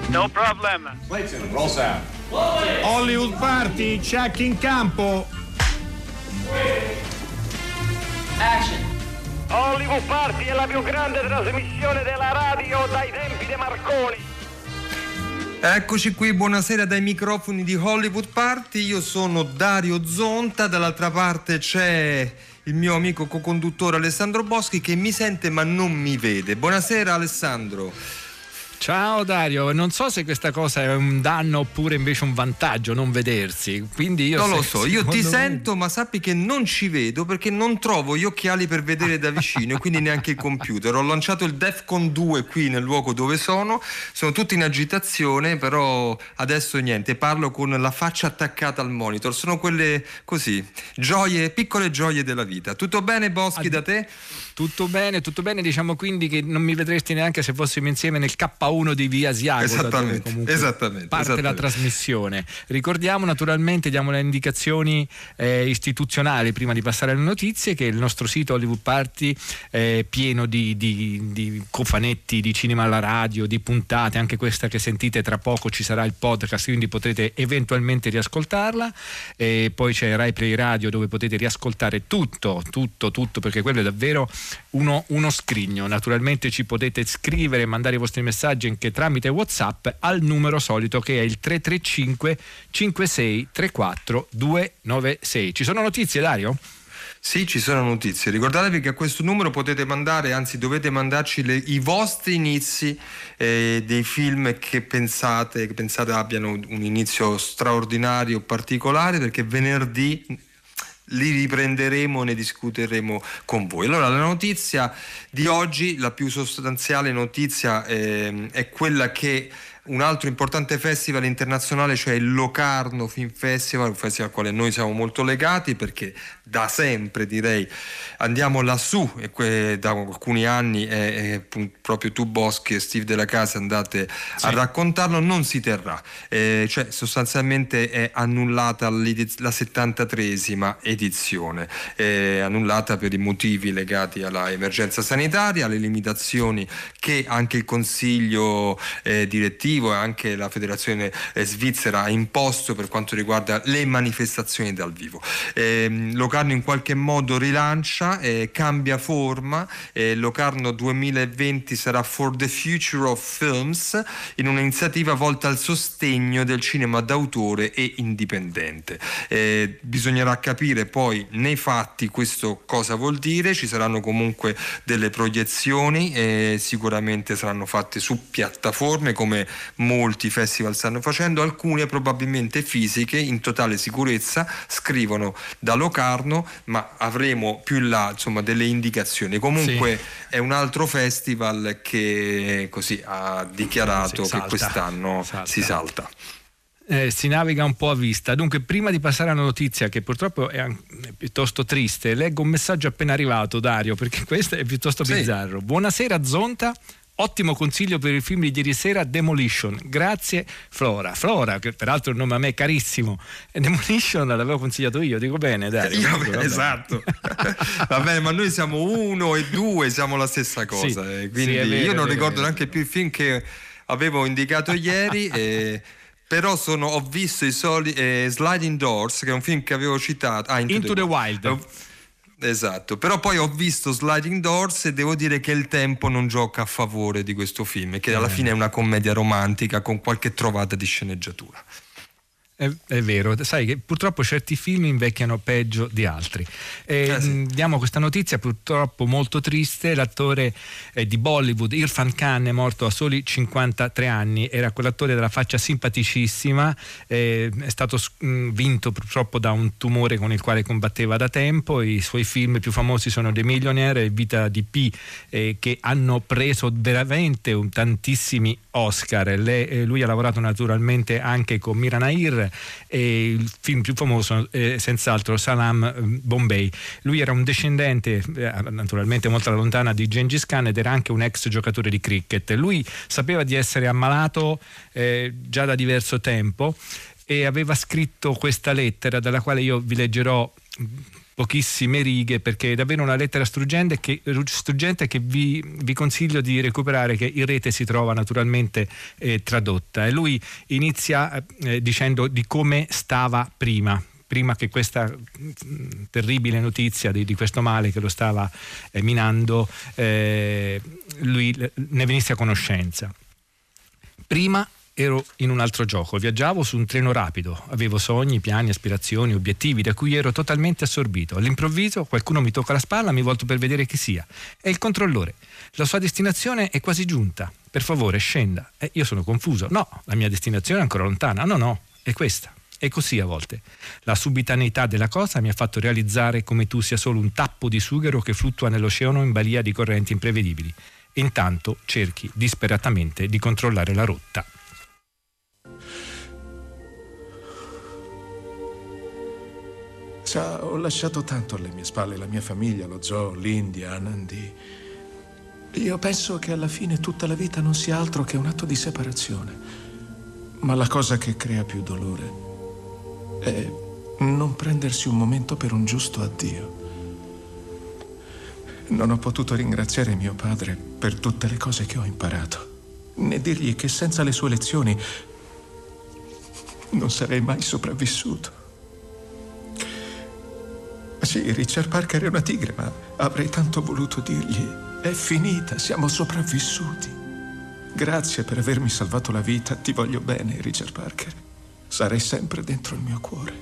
No problem. Clayton, roll sound. Hollywood Party, check in campo. Action. Hollywood Party è la più grande trasmissione della radio dai tempi di Marconi. Eccoci qui, buonasera dai microfoni di Hollywood Party. Io sono Dario Zonta, dall'altra parte c'è il mio amico co-conduttore Alessandro Boschi che mi sente ma non mi vede. Buonasera Alessandro. Ciao Dario, non so se questa cosa è un danno oppure invece un vantaggio non vedersi, quindi io non lo so, io ti sento ma sappi che non ci vedo perché non trovo gli occhiali per vedere da vicino e quindi neanche il computer. Ho lanciato il Defcon 2 qui nel luogo dove sono tutti in agitazione, però adesso niente, parlo con la faccia attaccata al monitor, sono quelle così, gioie, piccole gioie della vita. Tutto bene Boschi da te? Tutto bene, diciamo quindi che non mi vedresti neanche se fossimo insieme nel K1 di Via Asiago. Esattamente. Parte la trasmissione. Ricordiamo naturalmente, diamo le indicazioni istituzionali prima di passare alle notizie, che il nostro sito Hollywood Party è pieno di cofanetti di cinema alla radio, di puntate, anche questa che sentite tra poco ci sarà il podcast, quindi potrete eventualmente riascoltarla, e poi c'è Rai Play Radio dove potete riascoltare tutto, perché quello è davvero uno scrigno. Naturalmente ci potete scrivere e mandare i vostri messaggi anche tramite WhatsApp al numero solito che è il 335 56 34 296. Ci sono notizie, Dario? Sì, ci sono notizie. Ricordatevi che a questo numero potete mandare, anzi dovete mandarci i vostri inizi dei film che pensate abbiano un inizio straordinario, particolare, perché venerdì li riprenderemo, ne discuteremo con voi. Allora, la notizia di oggi, la più sostanziale notizia è quella che un altro importante festival internazionale, cioè il Locarno Film Festival, un festival al quale noi siamo molto legati perché da sempre, direi, andiamo lassù e da alcuni anni proprio tu Boschi e Steve Della Casa andate a raccontarlo, non si terrà, cioè sostanzialmente è annullata la 73esima edizione, annullata per i motivi legati alla emergenza sanitaria, alle limitazioni che anche il Consiglio direttivo e anche la Federazione Svizzera ha imposto per quanto riguarda le manifestazioni dal vivo. Locarno in qualche modo rilancia, cambia forma, Locarno 2020 sarà For the Future of Films, in un'iniziativa volta al sostegno del cinema d'autore e indipendente. Bisognerà capire poi nei fatti questo cosa vuol dire. Ci saranno comunque delle proiezioni, sicuramente saranno fatte su piattaforme come molti festival stanno facendo, alcune probabilmente fisiche, in totale sicurezza. Scrivono da Locarno, ma avremo più in là delle indicazioni. Comunque è un altro festival che così ha dichiarato che quest'anno si salta. Si naviga un po' a vista. Dunque, prima di passare alla notizia, che purtroppo è piuttosto triste, leggo un messaggio appena arrivato, Dario, perché questo è piuttosto bizzarro. Buonasera Zonta, ottimo consiglio per il film di ieri sera, Demolition. Grazie Flora, che peraltro è un nome a me carissimo. Demolition l'avevo consigliato io, dico bene, Dario. Esatto. Va bene, ma noi siamo 1 e 2, siamo la stessa cosa. Quindi io non ricordo neanche più il film che avevo indicato ieri. Però ho visto i Sliding Doors, che è un film che avevo citato. Into the Wild. Esatto, però poi ho visto Sliding Doors e devo dire che il tempo non gioca a favore di questo film, che alla fine è una commedia romantica con qualche trovata di sceneggiatura. È vero, sai che purtroppo certi film invecchiano peggio di altri. Diamo questa notizia purtroppo molto triste. L'attore di Bollywood Irfan Khan è morto a soli 53 anni. Era quell'attore dalla faccia simpaticissima, è stato vinto purtroppo da un tumore con il quale combatteva da tempo. I suoi film più famosi sono The Millionaire e Vita di Pi, che hanno preso veramente tantissimi Oscar. Lui ha lavorato naturalmente anche con Mira Nair, e il film più famoso è senz'altro Salam Bombay. Lui era un discendente naturalmente molto lontana di Gengis Khan ed era anche un ex giocatore di cricket. Lui sapeva di essere ammalato già da diverso tempo e aveva scritto questa lettera, dalla quale io vi leggerò pochissime righe, perché è davvero una lettera struggente che vi consiglio di recuperare, che in rete si trova naturalmente tradotta. E lui inizia dicendo di come stava prima che questa terribile notizia di questo male che lo stava minando lui ne venisse a conoscenza. Prima ero in un altro gioco, viaggiavo su un treno rapido, avevo sogni, piani, aspirazioni, obiettivi da cui ero totalmente assorbito. All'improvviso qualcuno mi tocca la spalla, mi volto per vedere chi sia. È il controllore. La sua destinazione è quasi giunta. Per favore, scenda. Io sono confuso. No, la mia destinazione è ancora lontana. No, è questa. È così a volte. La subitaneità della cosa mi ha fatto realizzare come tu sia solo un tappo di sughero che fluttua nell'oceano in balia di correnti imprevedibili. E intanto cerchi disperatamente di controllare la rotta. Sa, ho lasciato tanto alle mie spalle, la mia famiglia, lo zoo, l'India, Anandi. Io penso che alla fine tutta la vita non sia altro che un atto di separazione. Ma la cosa che crea più dolore è non prendersi un momento per un giusto addio. Non ho potuto ringraziare mio padre per tutte le cose che ho imparato, né dirgli che senza le sue lezioni non sarei mai sopravvissuto. Sì, Richard Parker è una tigre, ma avrei tanto voluto dirgli: è finita, siamo sopravvissuti. Grazie per avermi salvato la vita, ti voglio bene, Richard Parker. Sarai sempre dentro il mio cuore.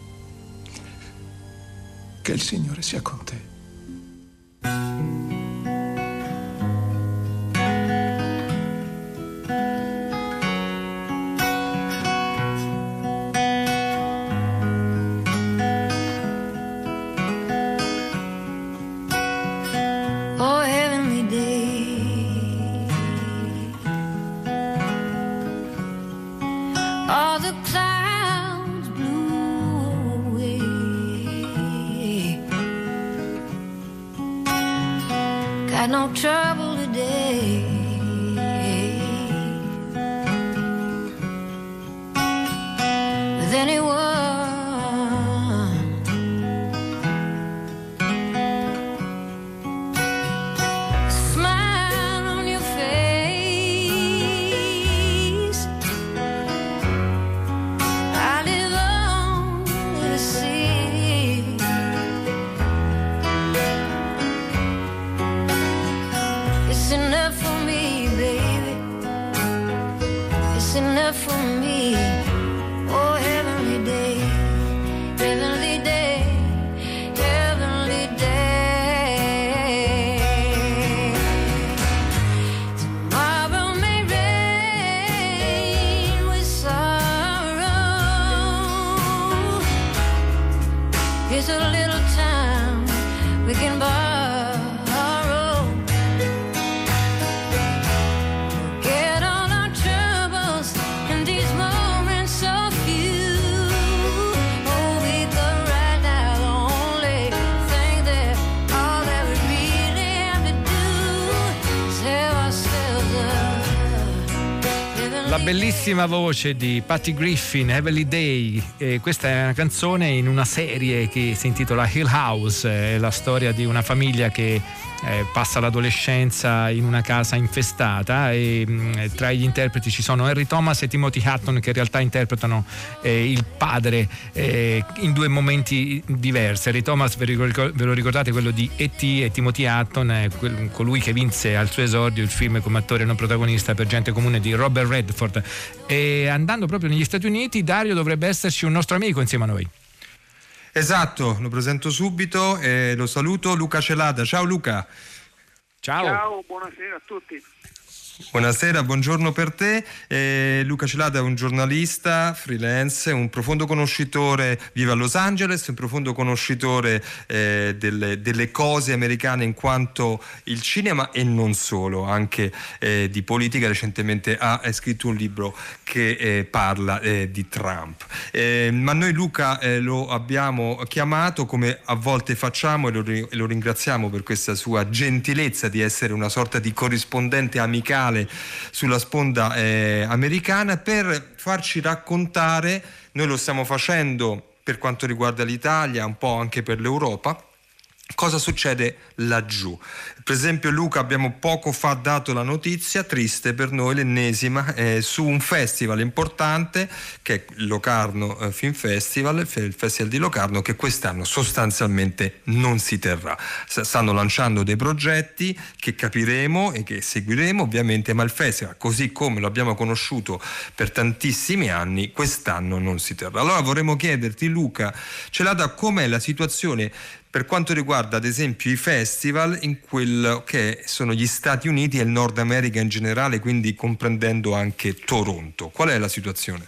Che il Signore sia con te. Oh, heavenly day, all the clouds blew away. Got no trouble today. With anyone. Smile on your face. I live on in the city. It's enough for me, baby. It's enough for me. Oh, heavenly day, heavenly day, heavenly day. Tomorrow may rain with sorrow. Here's a little time we can borrow. Get all our troubles in these moments so few. Oh, we could right now the only thing that all that we really have to do is have ourselves a La bellissima voce di Patty Griffin, Heavenly Day. Questa è una canzone in una serie che si intitola Hill House, è la storia di una famiglia che passa l'adolescenza in una casa infestata e tra gli interpreti ci sono Henry Thomas e Timothy Hutton, che in realtà interpretano il padre in due momenti diversi. Henry Thomas, ve lo ricordate, quello di E.T., e Timothy Hutton è colui che vinse al suo esordio il film come attore non protagonista per Gente Comune di Robert Redford. E andando proprio negli Stati Uniti, Dario, dovrebbe esserci un nostro amico insieme a noi. Esatto, lo presento subito e lo saluto, Luca Celada. Ciao Luca. Ciao, buonasera a tutti. Buonasera, buongiorno per te. Luca Celada è un giornalista freelance, un profondo conoscitore, vive a Los Angeles, un profondo conoscitore delle cose americane in quanto il cinema e non solo, anche di politica. Recentemente ha scritto un libro che parla di Trump. Ma noi Luca lo abbiamo chiamato, come a volte facciamo, e lo ringraziamo per questa sua gentilezza di essere una sorta di corrispondente amicale sulla sponda americana, per farci raccontare, noi lo stiamo facendo per quanto riguarda l'Italia, un po' anche per l'Europa. Cosa succede laggiù? Per esempio, Luca, abbiamo poco fa dato la notizia, triste per noi, l'ennesima, su un festival importante che è Locarno Film Festival, il Festival di Locarno, che quest'anno sostanzialmente non si terrà. Stanno lanciando dei progetti che capiremo e che seguiremo ovviamente, ma il festival, così come lo abbiamo conosciuto per tantissimi anni, quest'anno non si terrà. Allora vorremmo chiederti, Luca Celada, com'è la situazione per quanto riguarda ad esempio i festival in quello che sono gli Stati Uniti e il Nord America in generale, quindi comprendendo anche Toronto. Qual è la situazione?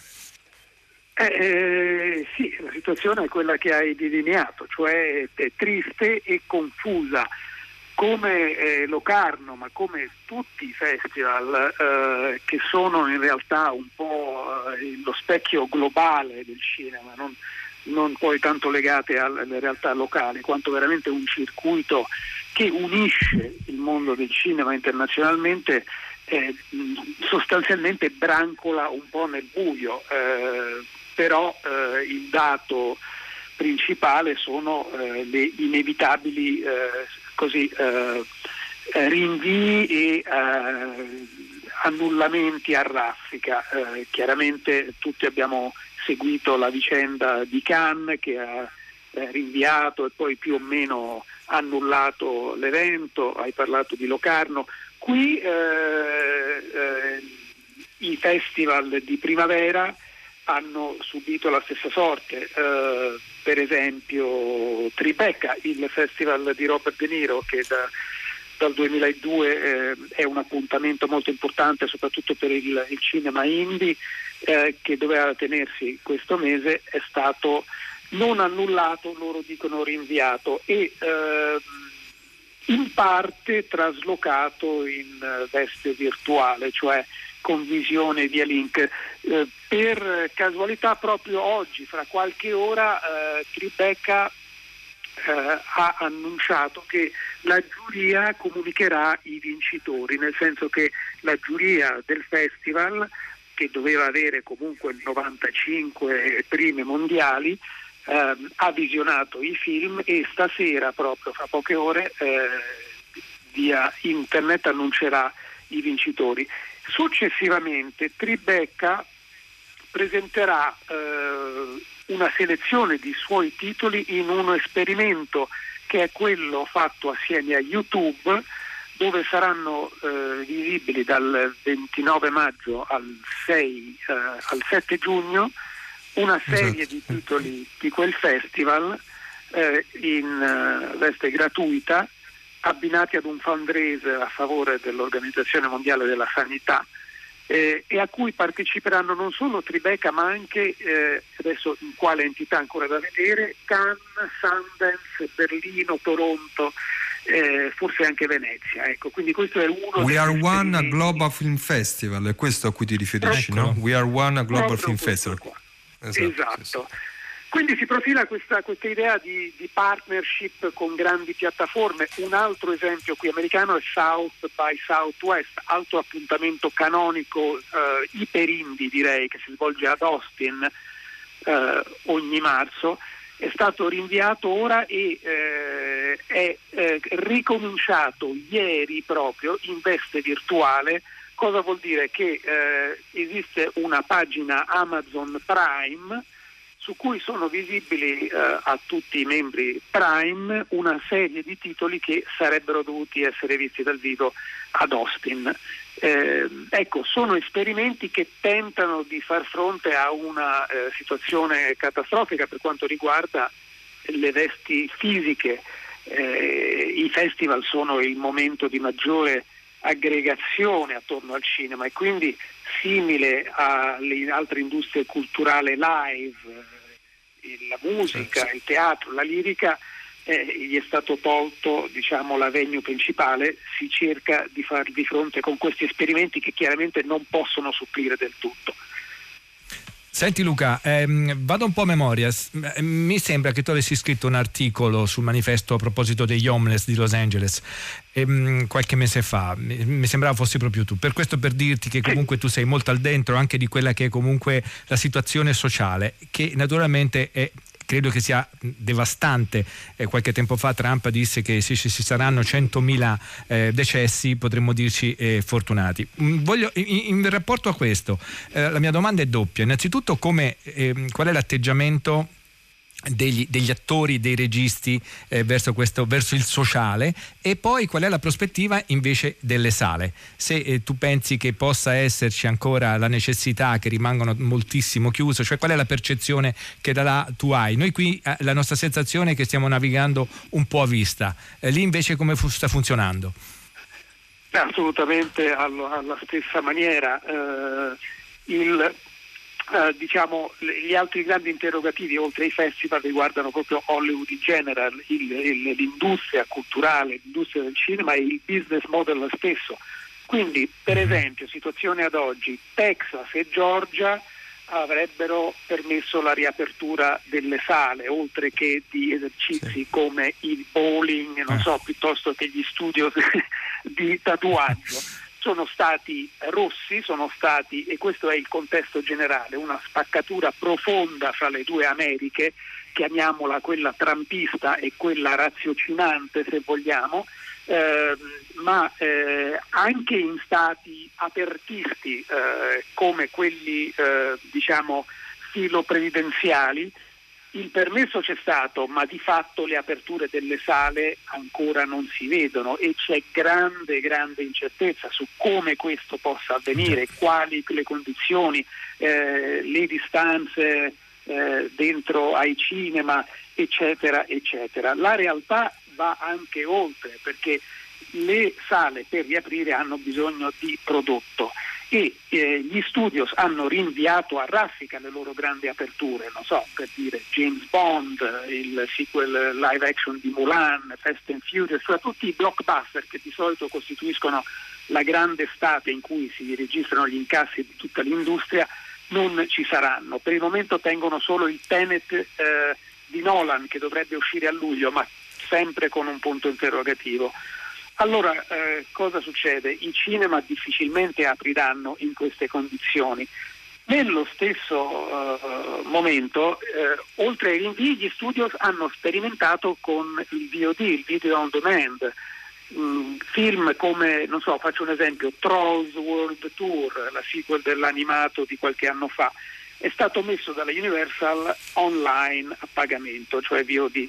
Sì, la situazione è quella che hai delineato, cioè è triste e confusa. Come Locarno, ma come tutti i festival che sono in realtà un po' lo specchio globale del cinema, non poi tanto legate alle realtà locali, quanto veramente un circuito che unisce il mondo del cinema internazionalmente, sostanzialmente brancola un po' nel buio, però il dato principale sono le inevitabili rinvii e annullamenti a raffica. Chiaramente tutti abbiamo seguito la vicenda di Cannes, che ha rinviato e poi più o meno annullato l'evento. Hai parlato di Locarno. Qui i festival di primavera hanno subito la stessa sorte. Per esempio Tribeca, il festival di Robert De Niro, che dal 2002 è un appuntamento molto importante soprattutto per il cinema indie, che doveva tenersi questo mese, è stato non annullato, loro dicono rinviato, e in parte traslocato in veste virtuale, cioè con visione via link. Per casualità proprio oggi, fra qualche ora, Tribeca ha annunciato che la giuria comunicherà i vincitori, nel senso che la giuria del festival, che doveva avere comunque 95 prime mondiali, ha visionato i film e stasera, proprio fra poche ore, via internet annuncerà i vincitori. Successivamente Tribeca presenterà una selezione di suoi titoli in uno esperimento che è quello fatto assieme a YouTube, dove saranno visibili dal 29 maggio al 7 giugno una serie di titoli di quel festival in veste gratuita, abbinati ad un fundraiser a favore dell'Organizzazione Mondiale della Sanità, e a cui parteciperanno non solo Tribeca, ma anche, adesso in quale entità ancora da vedere, Cannes, Sundance, Berlino, Toronto, forse anche Venezia. Ecco, quindi questo è uno. We Are One a Global Film Festival, è questo a cui ti riferisci, no? We Are One a Global Film Festival. Esatto. Sì. Quindi si profila questa idea di partnership con grandi piattaforme. Un altro esempio qui americano è South by Southwest, altro appuntamento canonico iper indie, direi, che si svolge ad Austin ogni marzo. È stato rinviato ora e è ricominciato ieri proprio in veste virtuale. Cosa vuol dire? Che esiste una pagina Amazon Prime su cui sono visibili a tutti i membri Prime una serie di titoli che sarebbero dovuti essere visti dal vivo ad Austin. Ecco, sono esperimenti che tentano di far fronte a una situazione catastrofica per quanto riguarda le vesti fisiche. I festival sono il momento di maggiore aggregazione attorno al cinema e quindi, simile alle altre industrie culturali live, la musica, il teatro, la lirica, gli è stato tolto, diciamo, la venue principale. Si cerca di farvi fronte con questi esperimenti che chiaramente non possono supplire del tutto. Senti Luca, vado un po' a memoria. Mi sembra che tu avessi scritto un articolo sul manifesto a proposito degli homeless di Los Angeles qualche mese fa. Mi sembrava fossi proprio tu. Per questo, per dirti che comunque tu sei molto al dentro anche di quella che è comunque la situazione sociale, che naturalmente è credo che sia devastante. Qualche tempo fa Trump disse che se ci saranno 100.000 decessi potremmo dirci fortunati. In rapporto a questo, la mia domanda è doppia. Innanzitutto, qual è l'atteggiamento degli attori, dei registi verso il sociale, e poi qual è la prospettiva invece delle sale, se tu pensi che possa esserci ancora la necessità che rimangano moltissimo chiuse, cioè qual è la percezione che da là tu hai. Noi qui la nostra sensazione è che stiamo navigando un po' a vista, lì invece come sta funzionando? Assolutamente alla stessa maniera. Diciamo, gli altri grandi interrogativi oltre ai festival riguardano proprio Hollywood in general, l'industria culturale, l'industria del cinema e il business model stesso. Quindi, per esempio, situazione ad oggi, Texas e Georgia avrebbero permesso la riapertura delle sale, oltre che di esercizi come il bowling, piuttosto che gli studios di tatuaggio. Sono stati rossi, e questo è il contesto generale, una spaccatura profonda fra le due Americhe, chiamiamola quella trumpista e quella raziocinante se vogliamo, ma anche in stati apertisti come quelli filoprevidenziali. Il permesso c'è stato, ma di fatto le aperture delle sale ancora non si vedono e c'è grande incertezza su come questo possa avvenire, quali le condizioni, le distanze dentro ai cinema, eccetera, eccetera. La realtà va anche oltre, perché le sale per riaprire hanno bisogno di prodotto e gli studios hanno rinviato a raffica le loro grandi aperture, per dire James Bond, il sequel live action di Mulan, Fast and Furious, cioè tutti i blockbuster che di solito costituiscono la grande estate in cui si registrano gli incassi di tutta l'industria, non ci saranno. Per il momento tengono solo il Tenet di Nolan, che dovrebbe uscire a luglio, ma sempre con un punto interrogativo. Allora, cosa succede? I cinema difficilmente apriranno in queste condizioni. Nello stesso momento, oltre ai rinvii, gli studios hanno sperimentato con il VOD, il Video on Demand, film come, faccio un esempio, Trolls World Tour, la sequel dell'animato di qualche anno fa, è stato messo dalla Universal online a pagamento, cioè VOD.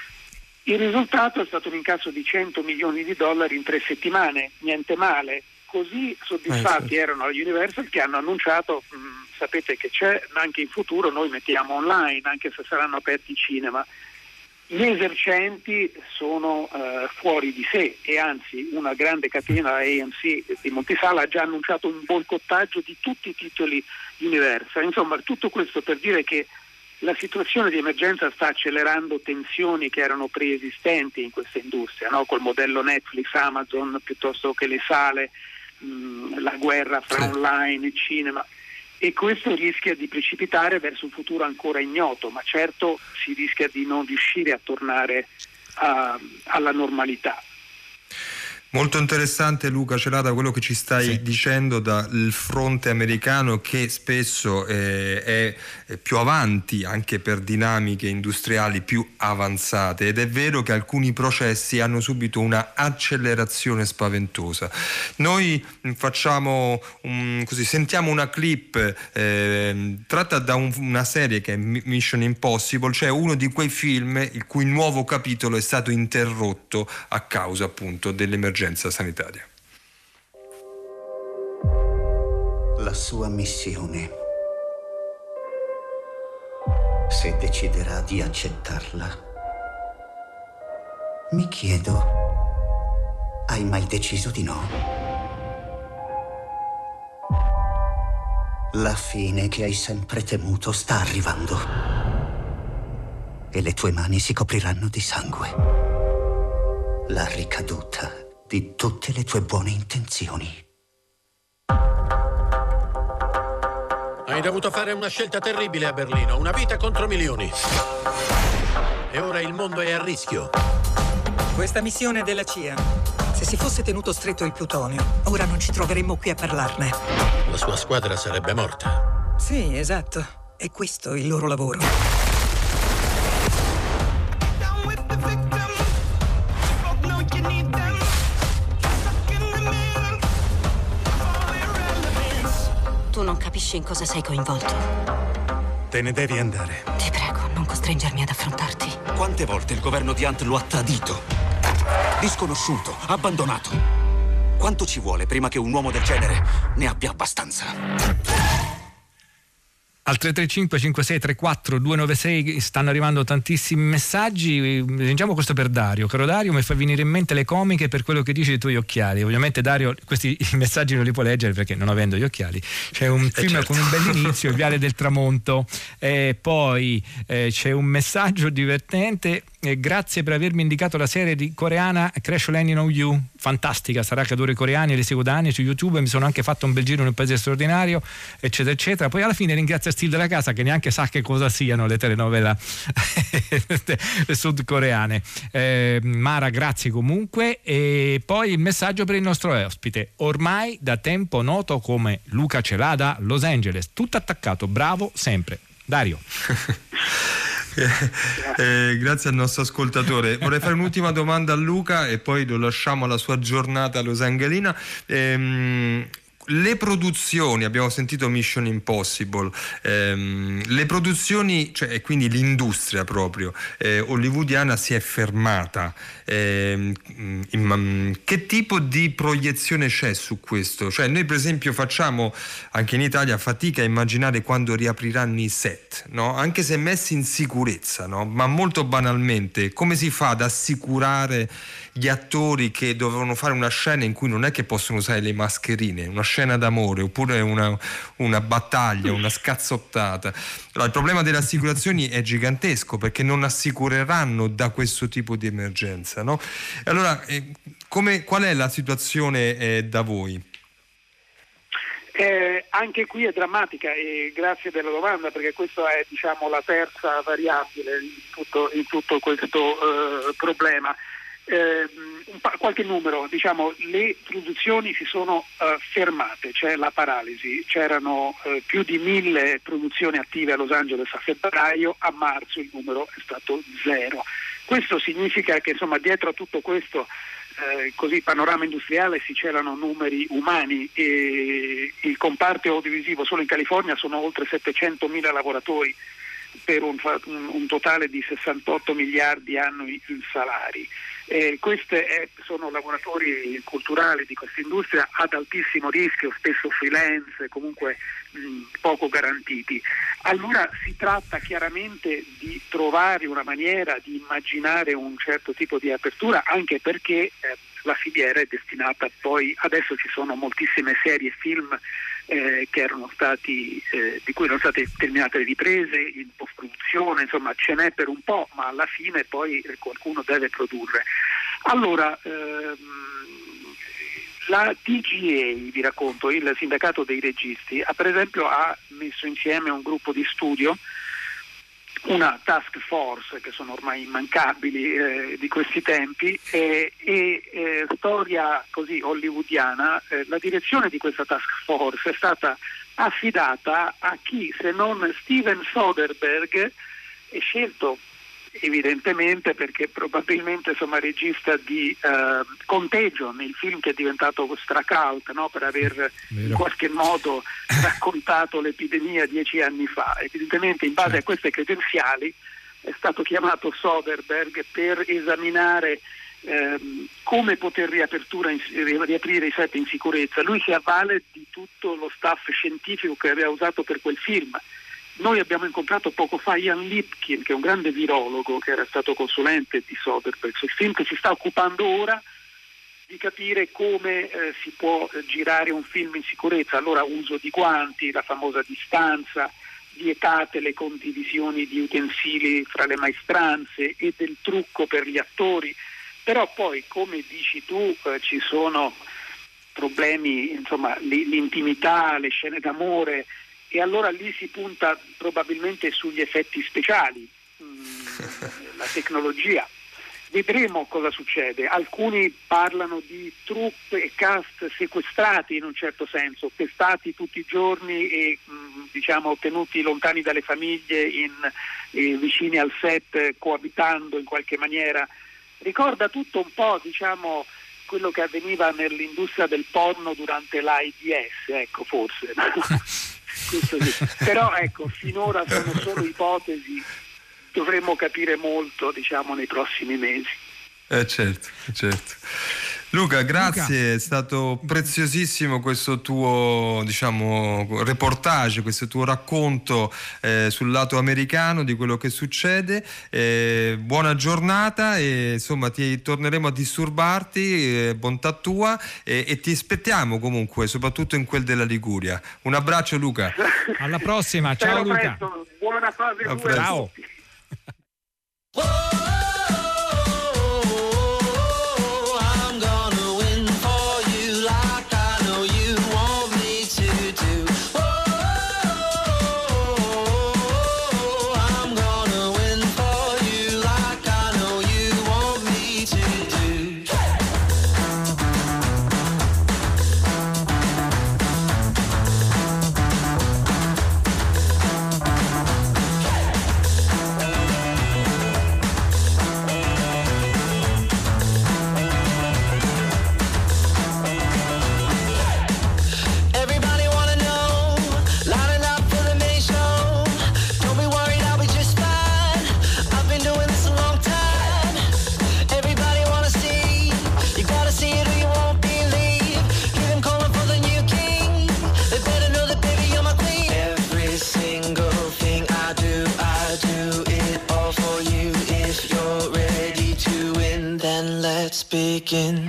Il risultato è stato un incasso di $100 milioni in 3 settimane, niente male. Così soddisfatti erano alla Universal che hanno annunciato, sapete che c'è, anche in futuro noi mettiamo online, anche se saranno aperti i cinema. Gli esercenti sono fuori di sé e anzi una grande catena AMC di Montisala ha già annunciato un boicottaggio di tutti i titoli Universal. Insomma, tutto questo per dire che la situazione di emergenza sta accelerando tensioni che erano preesistenti in questa industria, col modello Netflix, Amazon, piuttosto che le sale, la guerra fra online e cinema, e questo rischia di precipitare verso un futuro ancora ignoto, ma certo si rischia di non riuscire a tornare alla normalità. Molto interessante, Luca Celata, quello che ci stai dicendo dal fronte americano, che spesso è più avanti anche per dinamiche industriali più avanzate, ed è vero che alcuni processi hanno subito una accelerazione spaventosa. Noi sentiamo una clip tratta da una serie che è Mission Impossible, cioè uno di quei film il cui nuovo capitolo è stato interrotto a causa appunto dell'emergenza sanitaria. La sua missione, se deciderà di accettarla, mi chiedo, hai mai deciso di no? La fine che hai sempre temuto sta arrivando e le tue mani si copriranno di sangue. La ricaduta di tutte le tue buone intenzioni. Hai dovuto fare una scelta terribile a Berlino, una vita contro milioni. E ora il mondo è a rischio. Questa missione è della CIA. Se si fosse tenuto stretto il plutonio, ora non ci troveremmo qui a parlarne. La sua squadra sarebbe morta. Sì, esatto. È questo il loro lavoro. Tu non capisci in cosa sei coinvolto. Te ne devi andare. Ti prego, non costringermi ad affrontarti. Quante volte il governo di Hunt lo ha tradito? Disconosciuto, abbandonato. Quanto ci vuole prima che un uomo del genere ne abbia abbastanza? Al 335 5634 296 stanno arrivando tantissimi messaggi. Leggiamo questo per Dario. Caro Dario, mi fa venire in mente le comiche per quello che dici dei tuoi occhiali. Ovviamente Dario questi messaggi non li può leggere perché non avendo gli occhiali. C'è un film certo. con un bell'inizio, Il viale del tramonto, poi c'è un messaggio divertente. Grazie per avermi indicato la serie di coreana Crash Landing on You, fantastica, sarà che adoro i coreani e li seguo da anni su YouTube e mi sono anche fatto un bel giro in un paese straordinario, eccetera eccetera. Poi alla fine ringrazio Steve della casa che neanche sa che cosa siano le telenovela sudcoreane. Mara, grazie comunque. E poi il messaggio per il nostro ospite, ormai da tempo noto come Luca Celada, Los Angeles, tutto attaccato, bravo sempre. Dario. Grazie al nostro ascoltatore. Vorrei fare un'ultima domanda a Luca e poi lo lasciamo alla sua giornata losangelina. Le produzioni, abbiamo sentito Mission Impossible, le produzioni, cioè, e quindi l'industria proprio hollywoodiana si è fermata. Che tipo di proiezione c'è su questo? Cioè, noi per esempio facciamo anche in Italia fatica a immaginare quando riapriranno i set, no? Anche se messi in sicurezza, no? Ma molto banalmente, come si fa ad assicurare gli attori che dovevano fare una scena in cui non è che possono usare le mascherine, una scena d'amore oppure una battaglia, una scazzottata? Allora, il problema delle assicurazioni è gigantesco perché non assicureranno da questo tipo di emergenza, no? Allora, qual è la situazione da voi? Anche qui è drammatica e grazie della domanda perché questa è la terza variabile in tutto questo problema. Qualche numero, le produzioni si sono fermate, c'è la paralisi, c'erano più di 1000 produzioni attive a Los Angeles a febbraio, a marzo il numero è stato 0. Questo significa che dietro a tutto questo così panorama industriale si celano numeri umani e il comparto audiovisivo solo in California sono oltre 700.000 lavoratori per un totale di 68 miliardi annui in salari. Questi sono lavoratori culturali di questa industria ad altissimo rischio, spesso freelance, comunque poco garantiti. Allora si tratta chiaramente di trovare una maniera di immaginare un certo tipo di apertura, anche perché la filiera è destinata poi, adesso ci sono moltissime serie e film che erano stati di cui erano state terminate le riprese in post-produzione, insomma ce n'è per un po', ma alla fine poi qualcuno deve produrre. Allora la TGA, vi racconto, il sindacato dei registi per esempio ha messo insieme un gruppo di studio, una task force che sono ormai immancabili di questi tempi e storia così hollywoodiana, la direzione di questa task force è stata affidata a chi se non Steven Soderbergh, è scelto evidentemente perché probabilmente regista di Contagion, il film che è diventato stracult, no? Per aver in qualche modo raccontato l'epidemia 10 anni fa. Evidentemente in base a queste credenziali è stato chiamato Soderbergh per esaminare come poter riaprire i set in sicurezza. Lui si avvale di tutto lo staff scientifico che aveva usato per quel film. Noi abbiamo incontrato poco fa Ian Lipkin, che è un grande virologo che era stato consulente di Soderbergh sul film, che si sta occupando ora di capire come si può girare un film in sicurezza. Allora uso di guanti, la famosa distanza, vietate le condivisioni di utensili fra le maestranze e del trucco per gli attori. Però poi, come dici tu, ci sono problemi, l'intimità, le scene d'amore, e allora lì si punta probabilmente sugli effetti speciali, la tecnologia. vedremo cosa succede. Alcuni parlano di truppe e cast sequestrati in un certo senso, pestati tutti i giorni e diciamo tenuti lontani dalle famiglie, vicini al set, coabitando in qualche maniera. Ricorda tutto un po', diciamo, quello che avveniva nell'industria del porno durante l'AIDS, ecco, forse. Questo sì. Però ecco, finora sono solo ipotesi, dovremmo capire molto, diciamo, nei prossimi mesi. Certo. Luca, grazie, è stato preziosissimo questo tuo, diciamo, reportage, questo tuo racconto sul lato americano di quello che succede. Buona giornata e insomma torneremo a disturbarti, bontà tua, e ti aspettiamo comunque, soprattutto in quel della Liguria. Un abbraccio, Luca. Alla prossima, ciao Luca. Presto. Buona fase. Ciao. Begin.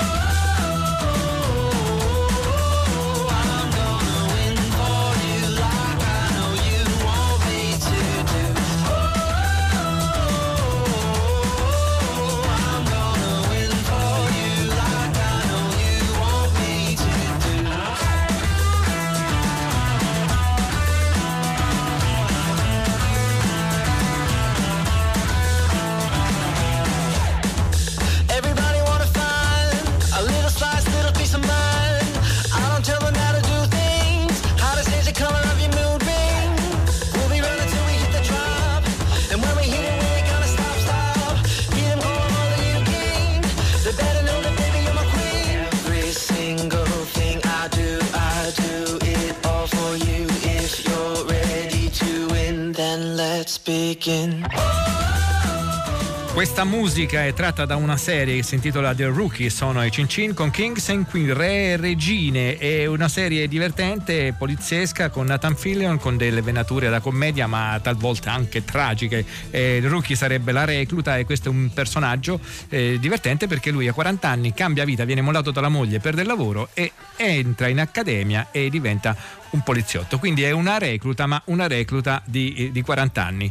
Questa musica è tratta da una serie che si intitola The Rookie, sono i Cin Cin con Kings and Queen, re e regine. È una serie divertente, poliziesca, con Nathan Fillion, con delle venature da commedia ma talvolta anche tragiche. The Rookie sarebbe la recluta e questo è un personaggio divertente perché lui a 40 anni cambia vita, viene mollato dalla moglie, perde il lavoro e entra in accademia e diventa un poliziotto, quindi è una recluta, ma una recluta di 40 anni.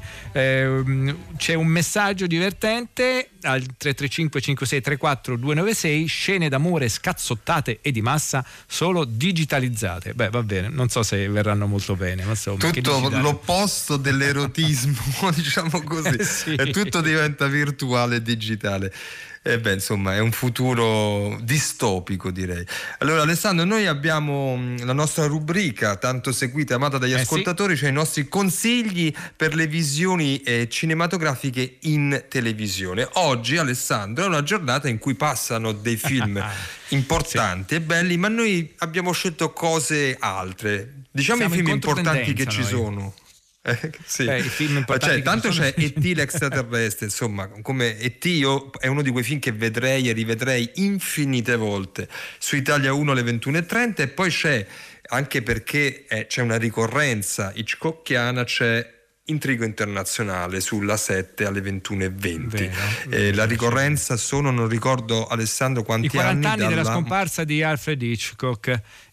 C'è un messaggio divertente al 335 5634 296, scene d'amore scazzottate e di massa solo digitalizzate. Beh, va bene, non so se verranno molto bene, ma insomma, tutto l'opposto dell'erotismo, diciamo così. Sì. Tutto diventa virtuale e digitale. Insomma, è un futuro distopico, direi. Allora, Alessandro, noi abbiamo la nostra rubrica tanto seguita e amata dagli ascoltatori, cioè i nostri consigli per le visioni cinematografiche in televisione. Oggi, Alessandro, è una giornata in cui passano dei film importanti e belli, ma noi abbiamo scelto cose altre. Diciamo siamo i film importanti che ci sono. Sì. I film importanti, tanto c'è E.T. l'extraterrestre, insomma, come E.T. è uno di quei film che vedrei e rivedrei infinite volte su Italia 1 alle 21:30, e poi c'è, anche perché c'è una ricorrenza hitchcockiana, c'è Intrigo internazionale sulla 7 alle 21:20. La ricorrenza sono, non ricordo, Alessandro, quanti i 40 anni della scomparsa di Alfred Hitchcock,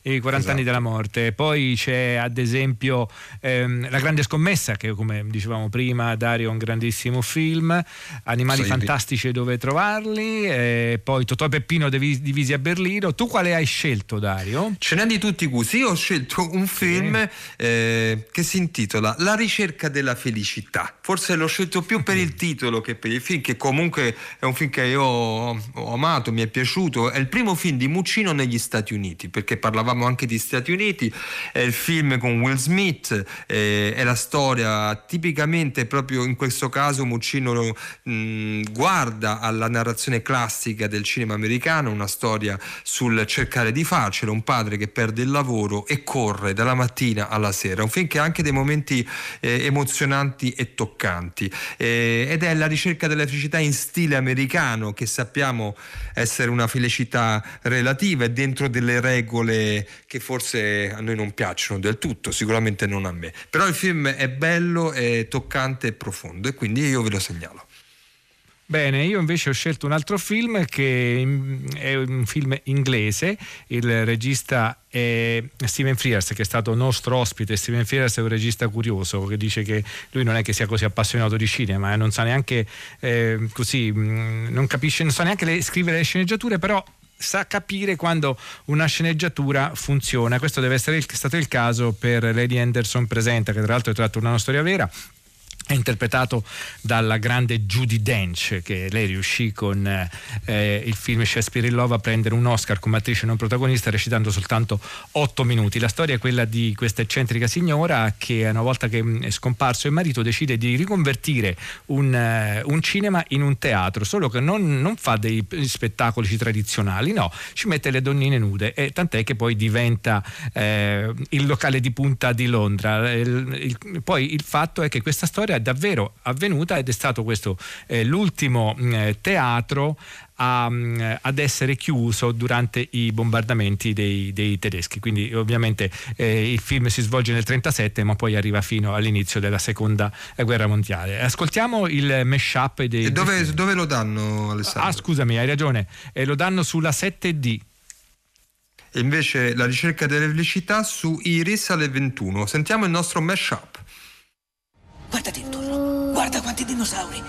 i 40 anni della morte. Poi c'è ad esempio La grande scommessa, che come dicevamo prima Dario è un grandissimo film, Animali fantastici e dove trovarli, poi Totò e Peppino divisi a Berlino. Tu quale hai scelto, Dario? Ce n'è di tutti i gusti. Io ho scelto un film che si intitola La ricerca della felicità. Forse l'ho scelto più per il titolo che per il film, che comunque è un film che io ho amato, mi è piaciuto. È il primo film di Muccino negli Stati Uniti, perché parlavamo anche di Stati Uniti. È il film con Will Smith, è la storia tipicamente, proprio in questo caso Muccino guarda alla narrazione classica del cinema americano, una storia sul cercare di farcela, un padre che perde il lavoro e corre dalla mattina alla sera. Un film che ha anche dei momenti emozionanti e toccanti, ed è la ricerca della felicità in stile americano, che sappiamo essere una felicità relativa e dentro delle regole che forse a noi non piacciono del tutto, sicuramente non a me, però il film è bello, è toccante e profondo, e quindi io ve lo segnalo. Bene, io invece ho scelto un altro film che è un film inglese. Il regista è Stephen Frears, che è stato nostro ospite. Stephen Frears è un regista curioso, che dice che lui non è che sia così appassionato di cinema, non sa neanche non capisce, non sa neanche scrivere le sceneggiature, però sa capire quando una sceneggiatura funziona. Questo deve essere stato il caso per Lady Anderson Presenta, che tra l'altro è tratto da una storia vera. È interpretato dalla grande Judi Dench, che lei riuscì con il film Shakespeare in Love a prendere un Oscar come attrice non protagonista, recitando soltanto 8 minuti. La storia è quella di questa eccentrica signora che, una volta che è scomparso il marito, decide di riconvertire un cinema in un teatro, solo che non fa dei spettacoli tradizionali, no, ci mette le donnine nude, e tant'è che poi diventa il locale di punta di Londra. Poi il fatto è che questa storia è davvero avvenuta, ed è stato questo l'ultimo teatro ad essere chiuso durante i bombardamenti dei tedeschi. Quindi ovviamente il film si svolge nel 1937, ma poi arriva fino all'inizio della seconda guerra mondiale. Ascoltiamo il mashup dei... E dove lo danno, Alessandro? Scusami, hai ragione, lo danno sulla 7D. E invece La ricerca della felicità su Iris alle 21. Sentiamo il nostro mashup. Guardati intorno, guarda quanti dinosauri.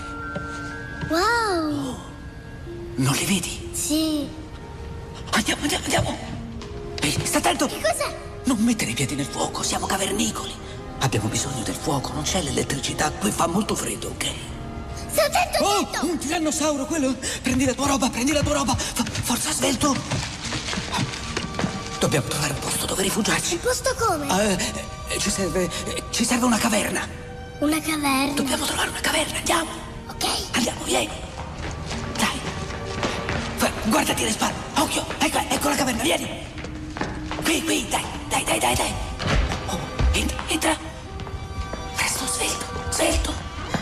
Wow! Non li vedi? Sì. Andiamo. Ehi, sta attento! Che cos'è? Non mettere i piedi nel fuoco, siamo cavernicoli. Abbiamo bisogno del fuoco, non c'è l'elettricità, qui fa molto freddo, ok? Sto attento, un tirannosauro, quello! Prendi la tua roba! Forza, svelto! Dobbiamo trovare un posto dove rifugiarci. Un posto come? Ci serve una caverna. Una caverna? Dobbiamo trovare una caverna, andiamo! Ok. Andiamo, vieni! Dai! Guardati le spalle! Occhio! Ecco la caverna, vieni! Qui, dai! Oh, entra! Presto, svelto!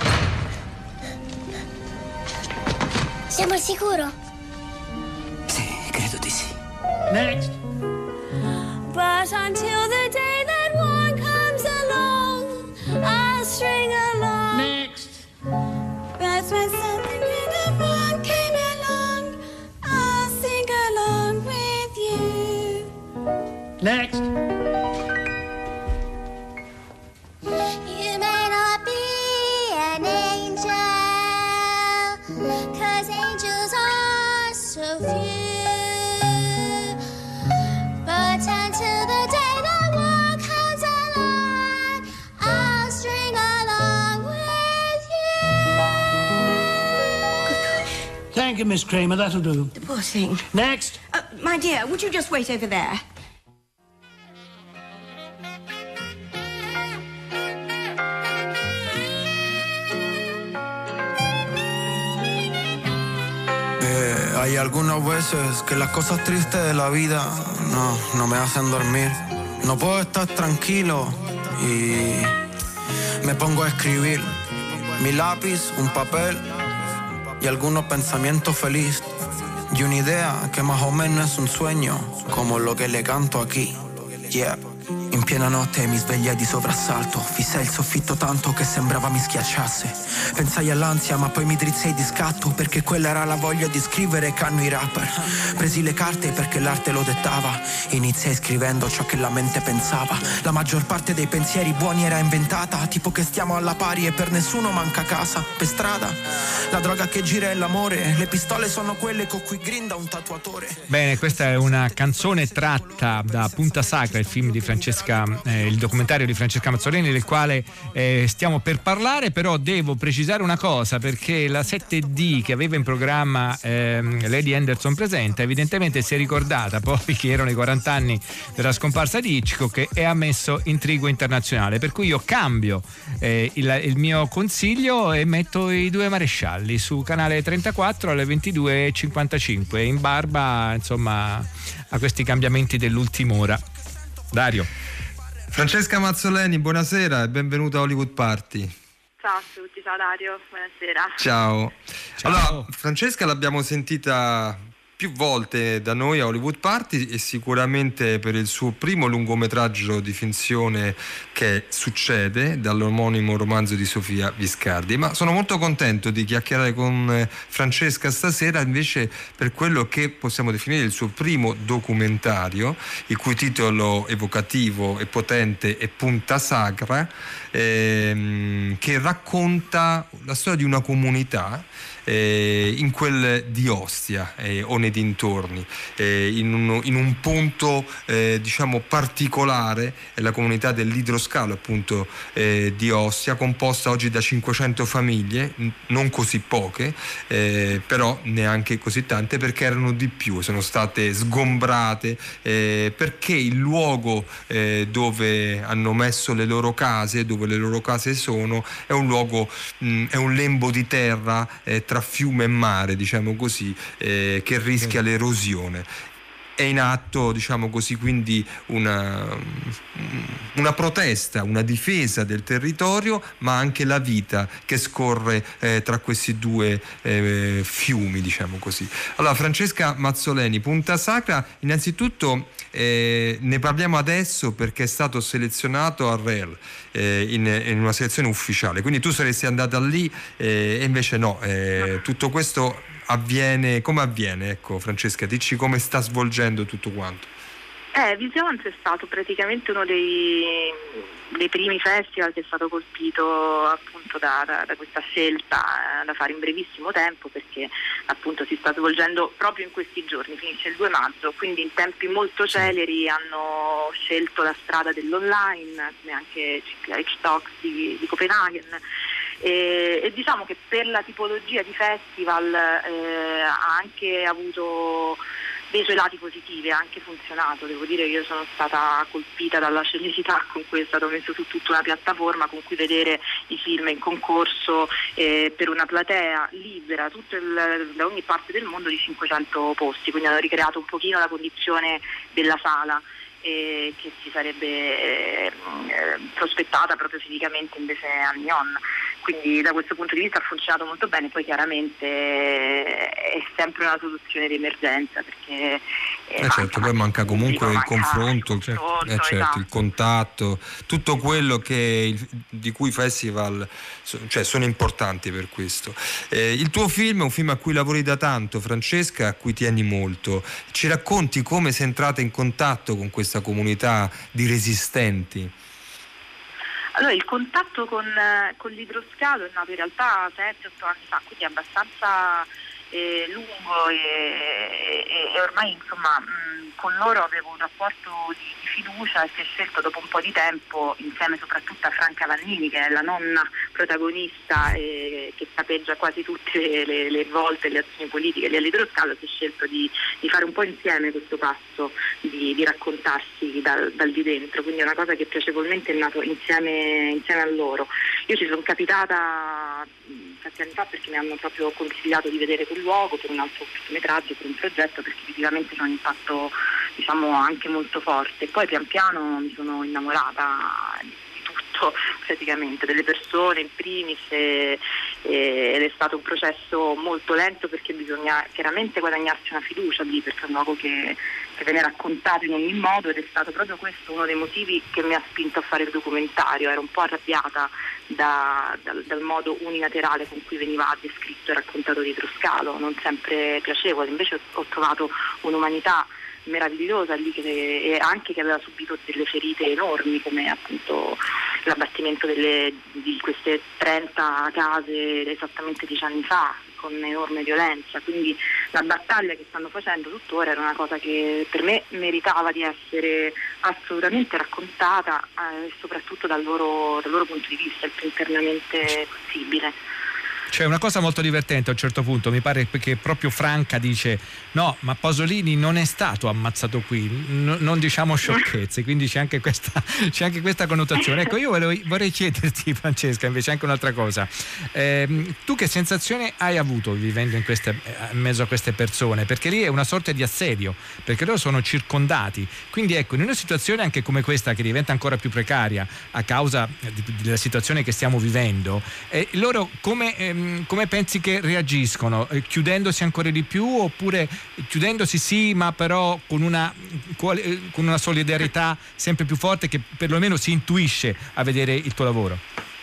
Siamo al sicuro? Sì, credo di sì. Next! But until the day that one comes along, I'll string along. Next! That's when something kind of one came along. I'll sing along with you. Next! You may not be an angel, 'cause angels are so few. But until the day that one comes along, I'll string along with you. Thank you, Miss Kramer, that'll do. The poor thing. Next! My dear, would you just wait over there? Hay algunas veces que las cosas tristes de la vida no me hacen dormir. No puedo estar tranquilo y me pongo a escribir. Mi lápiz, un papel y algunos pensamientos felices. Y una idea que más o menos es un sueño, como lo que le canto aquí. Yeah. piena notte mi svegliai di soprassalto. Fissai il soffitto tanto che sembrava mi schiacciasse. Pensai all'ansia ma poi mi drizzai di scatto, perché quella era la voglia di scrivere che hanno i rapper. Presi le carte perché l'arte lo dettava. Iniziai scrivendo ciò che la mente pensava. La maggior parte dei pensieri buoni era inventata, tipo che stiamo alla pari e per nessuno manca casa. Per strada la droga che gira è l'amore, le pistole sono quelle con cui grinda un tatuatore. Bene, questa è una canzone tratta da Punta Sacra, il film di Francesca, il documentario di Francesca Mazzoleni, del quale stiamo per parlare. Però devo precisare una cosa, perché la 7D che aveva in programma Lady Anderson Presenta evidentemente si è ricordata poi che erano i 40 anni della scomparsa di Hitchcock e ha messo Intrigo Internazionale, per cui io cambio il mio consiglio e metto I Due Marescialli su canale 34 alle 22:55, in barba insomma a questi cambiamenti dell'ultima ora. Dario. Francesca Mazzoleni, buonasera e benvenuta a Hollywood Party. Ciao a tutti, ciao Dario, buonasera. Ciao. Allora, Francesca l'abbiamo sentita più volte da noi a Hollywood Party e sicuramente per il suo primo lungometraggio di finzione che Succede, dall'omonimo romanzo di Sofia Viscardi. Ma sono molto contento di chiacchierare con Francesca stasera invece per quello che possiamo definire il suo primo documentario, il cui titolo evocativo e potente è Punta Sacra, che racconta la storia di una comunità in quel di Ostia o nei dintorni, in un punto diciamo particolare, è la comunità dell'Idroscalo appunto di Ostia, composta oggi da 500 famiglie, non così poche, però neanche così tante, perché erano di più, sono state sgombrate perché il luogo dove hanno messo le loro case, dove le loro case sono, è un luogo, è un lembo di terra tra fiume e mare, diciamo così, che rischia l'erosione. È in atto, diciamo così, quindi una protesta, una difesa del territorio, ma anche la vita che scorre tra questi due fiumi, diciamo così. Allora, Francesca Mazzoleni, Punta Sacra, innanzitutto ne parliamo adesso perché è stato selezionato a REL in una selezione ufficiale, quindi tu saresti andata lì e invece no, tutto questo avviene, come avviene? Ecco, Francesca, dici come sta svolgendo tutto quanto. Visions è stato praticamente uno dei primi festival che è stato colpito appunto da questa scelta da fare in brevissimo tempo, perché appunto si sta svolgendo proprio in questi giorni, finisce il 2 maggio, quindi in tempi molto celeri hanno scelto la strada dell'online, come anche CPH Talks di Copenaghen. E diciamo che per la tipologia di festival ha anche avuto dei suoi lati positivi, ha anche funzionato. Devo dire che io sono stata colpita dalla celerità con cui è stato messo su tutta una piattaforma con cui vedere i film in concorso per una platea libera da ogni parte del mondo di 500 posti, quindi hanno ricreato un pochino la condizione della sala che si sarebbe prospettata proprio fisicamente invece a Nyon. Quindi da questo punto di vista ha funzionato molto bene. Poi chiaramente è sempre una soluzione di emergenza, perché certo, poi manca comunque il confronto, certo, il contatto, tutto quello di cui i festival sono importanti per questo. Il tuo film è un film a cui lavori da tanto, Francesca, a cui tieni molto. Ci racconti come sei entrata in contatto con questa comunità di resistenti? Allora, il contatto con l'Idroscalo è nato in realtà 7-8 anni fa, quindi è abbastanza lungo e ormai insomma con loro avevo un rapporto di fiducia e si è scelto dopo un po' di tempo, insieme soprattutto a Franca Vannini, che è la nonna protagonista che capeggia quasi tutte le volte le azioni politiche di all'Idroscalo, si è scelto di fare un po' insieme questo passo, di raccontarsi dal di dentro, quindi è una cosa che piacevolmente è nato insieme a loro. Io ci sono capitata 7 anni fa perché mi hanno proprio consigliato di vedere quel luogo per un altro cortometraggio, per un progetto, perché fisicamente c'è un impatto diciamo anche molto forte. Poi pian piano mi sono innamorata di tutto, praticamente, delle persone in primis, ed è stato un processo molto lento perché bisogna chiaramente guadagnarsi una fiducia lì, perché è un luogo che che viene raccontato in ogni modo, ed è stato proprio questo uno dei motivi che mi ha spinto a fare il documentario. Ero un po' arrabbiata dal modo unilaterale con cui veniva descritto e raccontato Pietro Scalo, non sempre piacevole. Invece ho trovato un'umanità meravigliosa lì, e anche che aveva subito delle ferite enormi, come appunto l'abbattimento di queste 30 case esattamente 10 anni fa, con enorme violenza. Quindi la battaglia che stanno facendo tuttora era una cosa che per me meritava di essere assolutamente raccontata, soprattutto dal loro punto di vista, il più internamente possibile. C'è una cosa molto divertente a un certo punto, mi pare che proprio Franca dice: no, ma Pasolini non è stato ammazzato qui, non diciamo sciocchezze, quindi c'è anche questa connotazione. Ecco, io vorrei chiederti, Francesca, invece anche un'altra cosa. Tu che sensazione hai avuto vivendo in mezzo a queste persone? Perché lì è una sorta di assedio, perché loro sono circondati, quindi ecco, in una situazione anche come questa, che diventa ancora più precaria a causa della situazione che stiamo vivendo, loro come pensi che reagiscono? Chiudendosi ancora di più, oppure chiudendosi sì, ma però con una solidarietà sempre più forte che perlomeno si intuisce a vedere il tuo lavoro?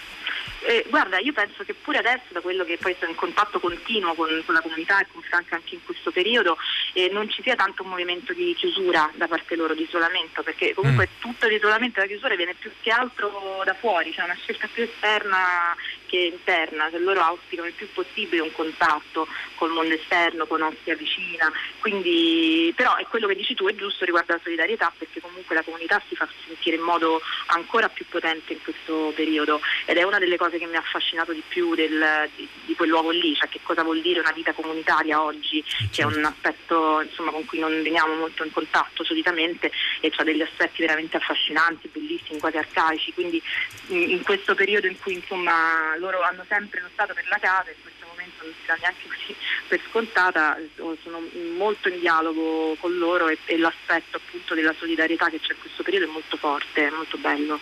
Guarda, io penso che pure adesso, da quello che poi sono in contatto continuo con la comunità e con Franca anche in questo periodo, non ci sia tanto un movimento di chiusura da parte loro, di isolamento, perché comunque tutto l'isolamento e la chiusura viene più che altro da fuori, cioè una scelta più esterna che interna. Se loro auspicano il più possibile un contatto col mondo esterno, con Ostia vicina, quindi però è quello che dici tu, è giusto riguardo alla solidarietà, perché comunque la comunità si fa sentire in modo ancora più potente in questo periodo, ed è una delle cose che mi ha affascinato di più di quel luogo lì, cioè che cosa vuol dire una vita comunitaria oggi, che è un aspetto insomma con cui non veniamo molto in contatto solitamente, e c'ha degli aspetti veramente affascinanti, bellissimi, quasi arcaici. Quindi in questo periodo in cui insomma loro hanno sempre lottato per la casa, in questo momento non si dà neanche così per scontata, sono molto in dialogo con loro, e l'aspetto appunto della solidarietà che c'è in questo periodo è molto forte, è molto bello.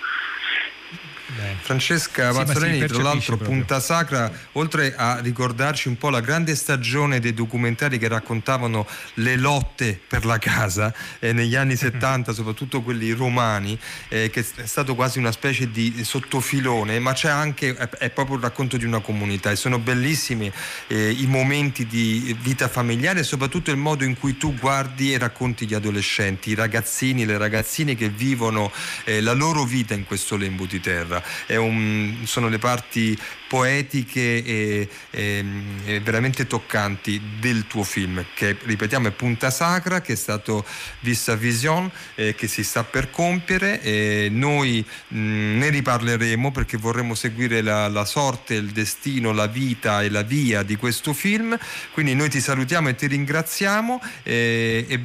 Francesca Mazzoleni, tra l'altro Punta Sacra, oltre a ricordarci un po' la grande stagione dei documentari che raccontavano le lotte per la casa negli anni 70, soprattutto quelli romani, che è stato quasi una specie di sottofilone, ma c'è anche, è proprio il racconto di una comunità, e sono bellissimi i momenti di vita familiare, e soprattutto il modo in cui tu guardi e racconti gli adolescenti, i ragazzini, le ragazzine che vivono la loro vita in questo lembo di terra. Sono le parti poetiche e veramente toccanti del tuo film, che ripetiamo è Punta Sacra, che è stato Vista Vision, che si sta per compiere. Noi ne riparleremo, perché vorremmo seguire la sorte, il destino, la vita e la via di questo film. Quindi noi ti salutiamo e ti ringraziamo, e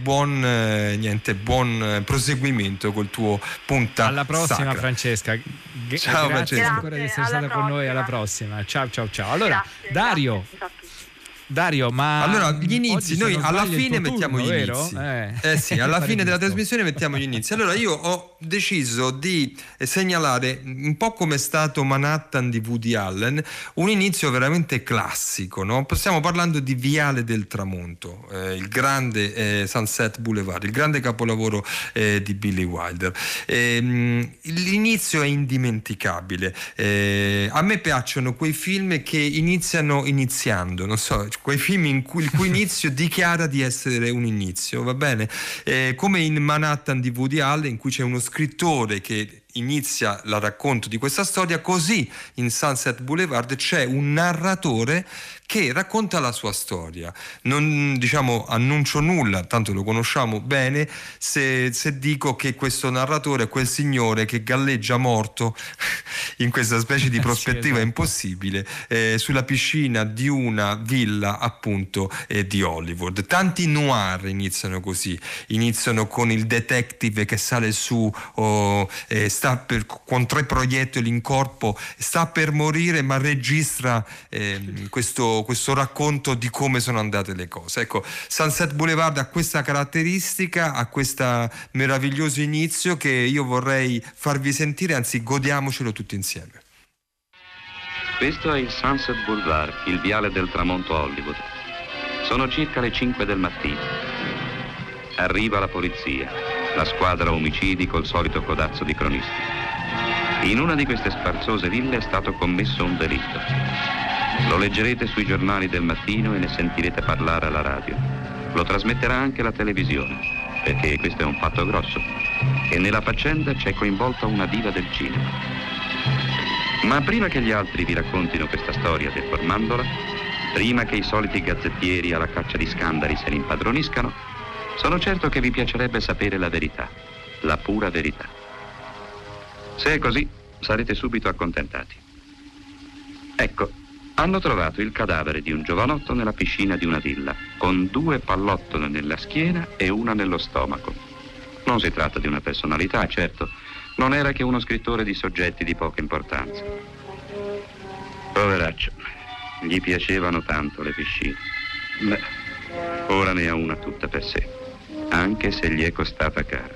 buon proseguimento col tuo Punta Sacra. Alla prossima, Sacra. Francesca. Ciao, grazie ancora di essere stata con noi. Alla prossima. Ciao. Allora, Dario, ma allora gli inizi, noi alla fine mettiamo gli vero? inizi. Sì, alla fine della trasmissione mettiamo gli inizi. Allora io ho deciso di segnalare, un po' come è stato Manhattan di Woody Allen, un inizio veramente classico, no? Stiamo parlando di Viale del Tramonto, il grande Sunset Boulevard, il grande capolavoro di Billy Wilder. L'inizio è indimenticabile. A me piacciono quei film che iniziando, non so, quei film il cui inizio dichiara di essere un inizio, va bene? Come in Manhattan di Woody Allen, in cui c'è uno scrittore che inizia il racconto di questa storia, così in Sunset Boulevard c'è un narratore che racconta la sua storia. Non annuncio nulla, tanto lo conosciamo bene, se dico che questo narratore è quel signore che galleggia morto in questa specie di prospettiva impossibile sulla piscina di una villa appunto di Hollywood. Tanti noir iniziano così, iniziano con il detective che sale su con 3 proiettili in corpo, sta per morire, ma registra questo racconto di come sono andate le cose. Ecco, Sunset Boulevard ha questa caratteristica, ha questo meraviglioso inizio che io vorrei farvi sentire, anzi godiamocelo tutti insieme. Questo è il Sunset Boulevard, il viale del tramonto Hollywood. Sono circa le 5 del mattino. Arriva la polizia, la squadra omicidi col solito codazzo di cronisti. In una di queste sfarzose ville è stato commesso un delitto. Lo leggerete sui giornali del mattino e ne sentirete parlare alla radio. Lo trasmetterà anche la televisione, perché questo è un fatto grosso. E nella faccenda c'è coinvolta una diva del cinema. Ma prima che gli altri vi raccontino questa storia deformandola, prima che i soliti gazzettieri alla caccia di scandali se ne impadroniscano, sono certo che vi piacerebbe sapere la verità, la pura verità. Se è così, sarete subito accontentati. Ecco, hanno trovato il cadavere di un giovanotto nella piscina di una villa, con 2 pallottole nella schiena e una nello stomaco. Non si tratta di una personalità, certo, non era che uno scrittore di soggetti di poca importanza. Poveraccio, gli piacevano tanto le piscine. Beh, ora ne ha una tutta per sé, anche se gli è costata cara.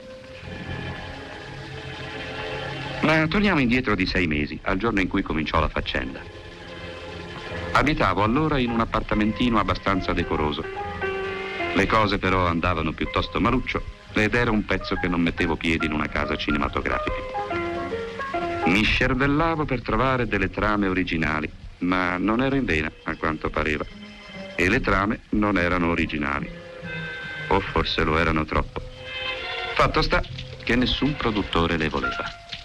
Ma torniamo indietro di 6 mesi, al giorno in cui cominciò la faccenda. Abitavo allora in un appartamentino abbastanza decoroso. Le cose però andavano piuttosto maluccio ed era un pezzo che non mettevo piedi in una casa cinematografica. Mi scervellavo per trovare delle trame originali, ma non ero in vena, a quanto pareva. E le trame non erano originali. O forse lo erano troppo. Fatto sta che nessun produttore le voleva.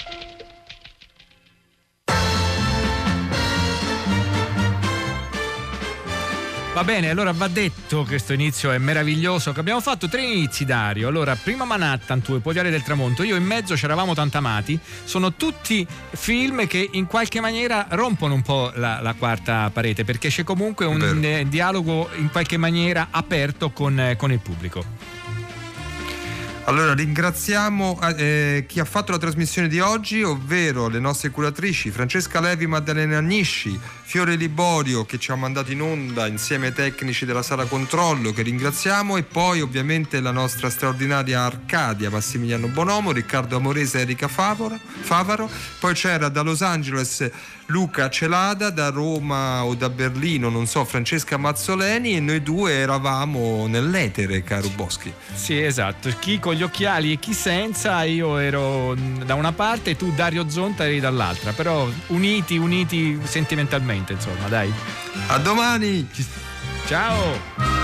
Va bene, allora va detto, questo inizio è meraviglioso, che abbiamo fatto 3 inizi, Dario. Allora, prima Manhattan, tu, e poi Viale del Tramonto, io in mezzo c'eravamo Tantamati. Sono tutti film che in qualche maniera rompono un po' la quarta parete, perché c'è comunque un dialogo in qualche maniera aperto con il pubblico. Allora ringraziamo chi ha fatto la trasmissione di oggi, ovvero le nostre curatrici Francesca Levi, Maddalena Agnisci, Fiore Liborio, che ci ha mandato in onda insieme ai tecnici della sala controllo, che ringraziamo, e poi ovviamente la nostra straordinaria Arcadia, Massimiliano Bonomo, Riccardo Amorese e Erika Favaro. Poi c'era da Los Angeles Luca Celada, da Roma o da Berlino, non so, Francesca Mazzoleni, e noi due eravamo nell'etere, caro Boschi. Sì, esatto, chi con gli occhiali e chi senza. Io ero da una parte e tu, Dario Zonta, eri dall'altra, però uniti sentimentalmente, insomma, dai. A domani! Ciao!